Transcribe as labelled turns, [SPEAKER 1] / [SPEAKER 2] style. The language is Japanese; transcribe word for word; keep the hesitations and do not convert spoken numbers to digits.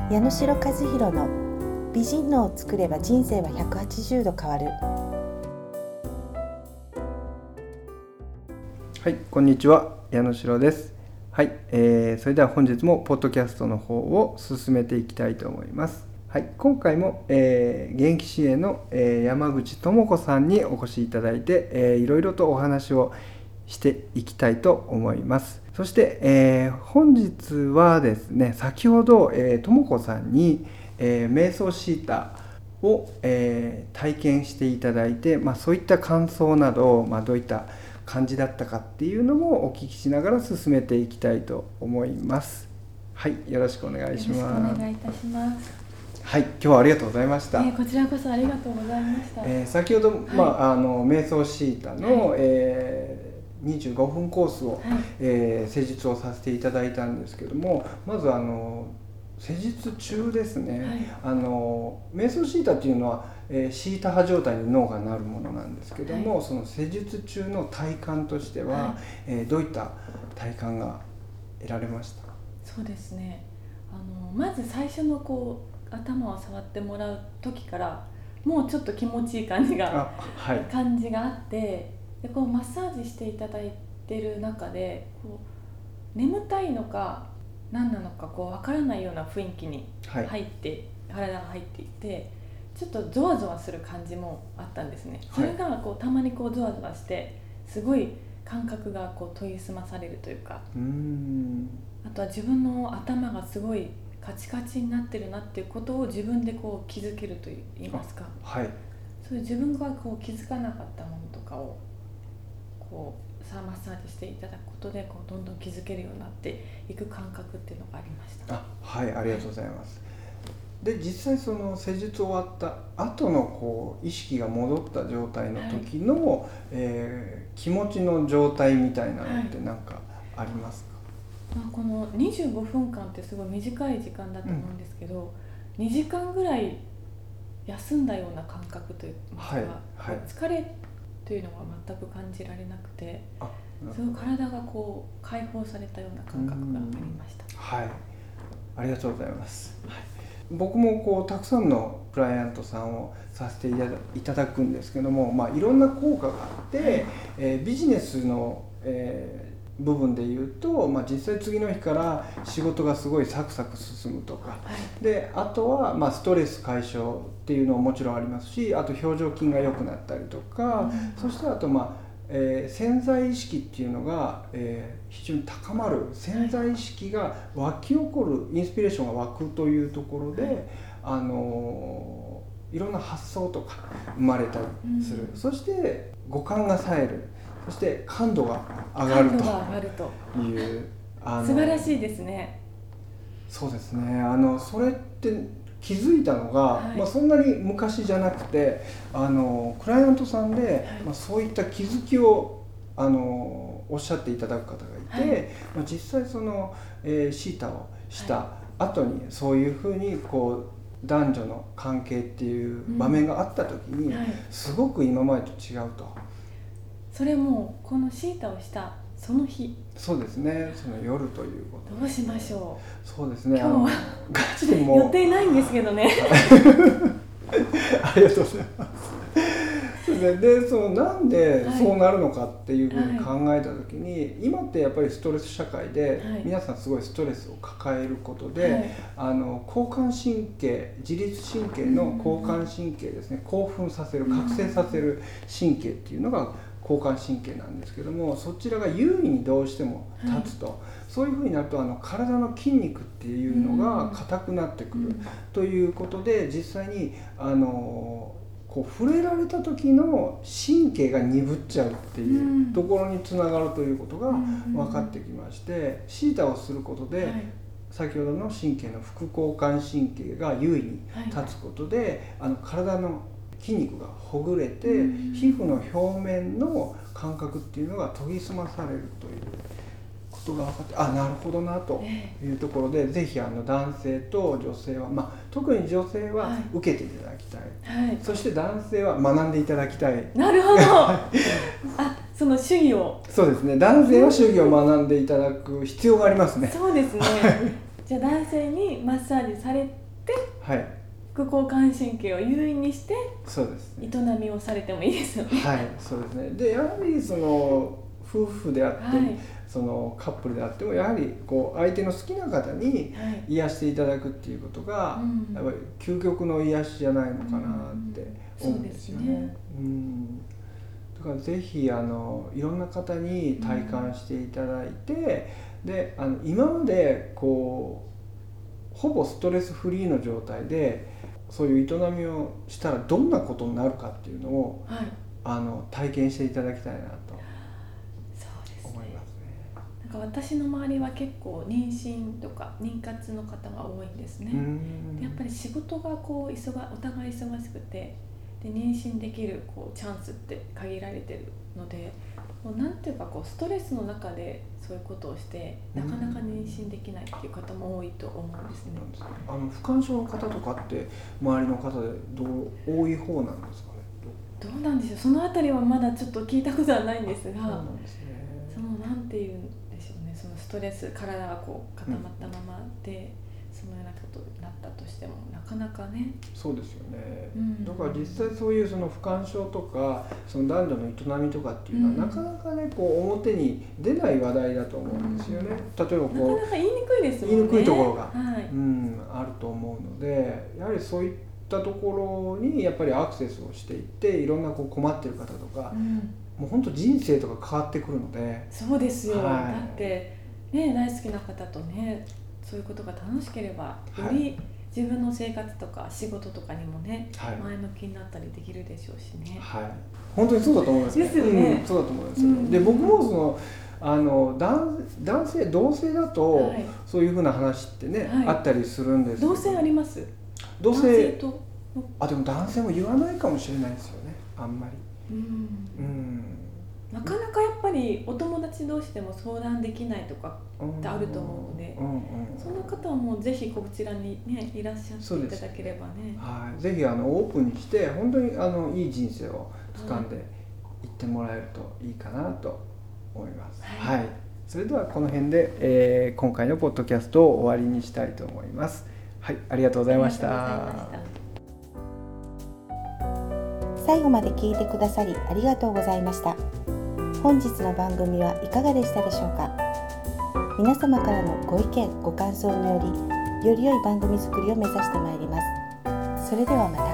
[SPEAKER 1] 矢野代和弘の美人脳を作れば人生はひゃくはちじゅうど変わる。
[SPEAKER 2] はい、こんにちは、矢野代です。はい、えー、それでは本日もポッドキャストの方を進めていきたいと思います。はい、今回も、えー、現役 シーエー の、えー、山口智子さんにお越しいただいて、えー、いろいろとお話をしていきたいと思います。そして、えー、本日はですね、先ほど、えー、智子さんに、えー、瞑想シータを、えー、体験していただいて、まあ、そういった感想など、まあ、どういった感じだったかっていうのもお聞きしながら進めていきたいと思います。はい、よろしくお願いします。
[SPEAKER 3] よろしくお願いいたします。
[SPEAKER 2] はい、今日はありがとうございました。
[SPEAKER 3] えー、こちらこそありがとうございました。
[SPEAKER 2] えー、先ほど、はい、まあ、あの瞑想シータの、はい、えーにじゅうごふんコースを、はい、えー、施術をさせていただいたんですけども、まずあの施術中ですね、はい、あの瞑想シータっていうのは、えー、シータ波状態に脳がなるものなんですけども、はい、その施術中の体感としては、はい、えー、どういった体感が得られました？
[SPEAKER 3] そうですね、あのまず最初のこう頭を触ってもらう時からもうちょっと気持ちいい感じが、はい、感じがあって、でこうマッサージしていただいてる中でこう眠たいのか何なのかこう分からないような雰囲気に入って、はい、体が入っていて、ちょっとゾワゾワする感じもあったんですね。それがこうたまにこうゾワゾワしてすごい感覚がこう研ぎ澄まされるというか、うーん、あとは自分の頭がすごいカチカチになってるなっていうことを自分でこう気づけるといいますか、はい、そういう自分がこう気づかなかったものとかをこうさあマッサージしていただくことでこうどんどん気づけるようになっていく感覚っていうのがありました。
[SPEAKER 2] あ、はい、ありがとうございます。で実際その施術終わった後のこう意識が戻った状態の時の、はい、えー、気持ちの状態みたいなのって何かありますか？
[SPEAKER 3] はい、まあ、このにじゅうごふんかんってすごい短い時間だと思うんですけど、うん、にじかんぐらい休んだような感覚といいますか、はいはい、疲れというのは全く感じられなくて、すごい体がこう解放されたような感覚がありました。
[SPEAKER 2] はい、ありがとうございます。はい、僕もこうたくさんのクライアントさんをさせていただくんですけども、まあ、いろんな効果があって、はい、えー、ビジネスの、えー部分でいうと、まあ、実際次の日から仕事がすごいサクサク進むとか、はい、であとはまあストレス解消っていうのももちろんありますし、あと表情筋が良くなったりとか、うん、そしてあと、まあえー、潜在意識っていうのが、えー、非常に高まる、潜在意識が湧き起こる、インスピレーションが湧くというところで、はい、あのー、いろんな発想とか生まれたりする、うん、そして五感が冴える、そして感度が上がるという、
[SPEAKER 3] あの素晴らしいですね。
[SPEAKER 2] そうですね、あのそれって気づいたのが、はい、まあ、そんなに昔じゃなくて、あのクライアントさんで、はい、まあ、そういった気づきをあのおっしゃっていただく方がいて、はい、まあ、実際その、えー、シータをした後に、はい、そういうふうにこう男女の関係っていう場面があった時に、うん、はい、すごく今までと違うと。
[SPEAKER 3] それもこのシータをしたその日。
[SPEAKER 2] そうですね、その夜ということ、
[SPEAKER 3] どうしましょ
[SPEAKER 2] う。そうですね、
[SPEAKER 3] 今日は
[SPEAKER 2] ガチでもう
[SPEAKER 3] 予定ないんですけどね
[SPEAKER 2] ありがとうございます。そうですね、でそのなんでそうなるのかっていうふうに考えた時に、はい、今ってやっぱりストレス社会で、はい、皆さんすごいストレスを抱えることで、はい、あの交感神経、自律神経の交感神経ですね、興奮させる、覚醒させる神経っていうのが交感神経なんですけども、そちらが優位にどうしても立つと、はい、そういうふうになるとあの体の筋肉っていうのが硬くなってくる、うん、ということで、実際にあのこう触れられた時の神経が鈍っちゃうっていうところにつながるということが分かってきまして、シータをすることで、はい、先ほどの神経の副交感神経が優位に立つことで、はい、あの体の筋肉がほぐれて、うん、皮膚の表面の感覚っていうのが研ぎ澄まされるということが分かって、あ、なるほどなというところで、えー、ぜひあの男性と女性は、まあ、特に女性は受けていただきたい、はい、そして男性は学んでいただきたい。
[SPEAKER 3] なるほどあ、その手技を。
[SPEAKER 2] そうですね、男性は手技を学んでいただく必要がありますね。
[SPEAKER 3] そうですねじゃあ男性にマッサージされて、
[SPEAKER 2] はい、
[SPEAKER 3] 副交感神経を優位にして
[SPEAKER 2] そうです、
[SPEAKER 3] ね、営みをされてもいいですよね。
[SPEAKER 2] はい、そうですね。でやはりその夫婦であって、はい、そのカップルであってもやはりこう相手の好きな方に癒していただくっていうことが、はい、やっぱり究極の癒しじゃないのかなって思うんですよね。うん、だからぜひあのいろんな方に体感していただいて、うん、であの今までこうほぼストレスフリーの状態でそういう営みをしたらどんなことになるかっていうのを、はい、あの体験していただきたいなと思いますね。
[SPEAKER 3] なんか私の周りは結構妊娠とか妊活の方が多いんですね。でやっぱり仕事がこう忙お互い忙しくてで妊娠できるこうチャンスって限られてるので、もうなんていうかこうストレスの中でそういうことをしてなかなか妊娠できないっていう方も多いと思うんですね。
[SPEAKER 2] あの不感症の方とかって周りの方でどう多い方なんですかね。
[SPEAKER 3] どうなんでしょう。そのあたりはまだちょっと聞いたことはないんですが、そう
[SPEAKER 2] なんですね。
[SPEAKER 3] そのなんていうんでしょうね。そのストレス体がこう固まったままで、うん、そのようなことになったとしてもなかなかね。
[SPEAKER 2] そうですよね。うん、だから実際そういうその不感症とかその男女の営みとかっていうのは、うん、なかなかねこう表に出ない話題だと思うんですよね。うん、例えばこう
[SPEAKER 3] なかなか言いにくいですもんね。
[SPEAKER 2] 言いにくいところが、
[SPEAKER 3] はい、
[SPEAKER 2] うん、あると思うので、やはりそういったところにやっぱりアクセスをしていっていろんなこう困ってる方とか、うん、もう本当人生とか変わってくるので。
[SPEAKER 3] そうですよ、はい、だってね大好きな方とねそういうことが楽しければより自分の生活とか仕事とかにもね、はい、前向きになったりできるでしょうしね。
[SPEAKER 2] はい、本当にそうだと思いますね。
[SPEAKER 3] ですよね。
[SPEAKER 2] うん、そうだと思いますよね。うん、で僕もそのあの 男, 男性同性だと、はい、そういうふうな話ってね、はい、あったりするんですけど。
[SPEAKER 3] 同性あります？
[SPEAKER 2] 同性とあでも男性も言わないかもしれないですよね。あんまり。うん。うん
[SPEAKER 3] なかなかやっぱりお友達同士でも相談できないとかってあると思うので、うんうん、その方はもうぜひこちらに、ね、いらっしゃっていただければね、
[SPEAKER 2] はい、ぜひあのオープンにして本当にあのいい人生を掴んでいってもらえるといいかなと思います、はいはい、それではこの辺で、えー、今回のポッドキャストを終わりにしたいと思います。はい、ありがとうございました。
[SPEAKER 1] 最後まで聞いてくださりありがとうございました。本日の番組はいかがでしたでしょうか。皆様からのご意見ご感想によりより良い番組作りを目指してまいります。それではまた。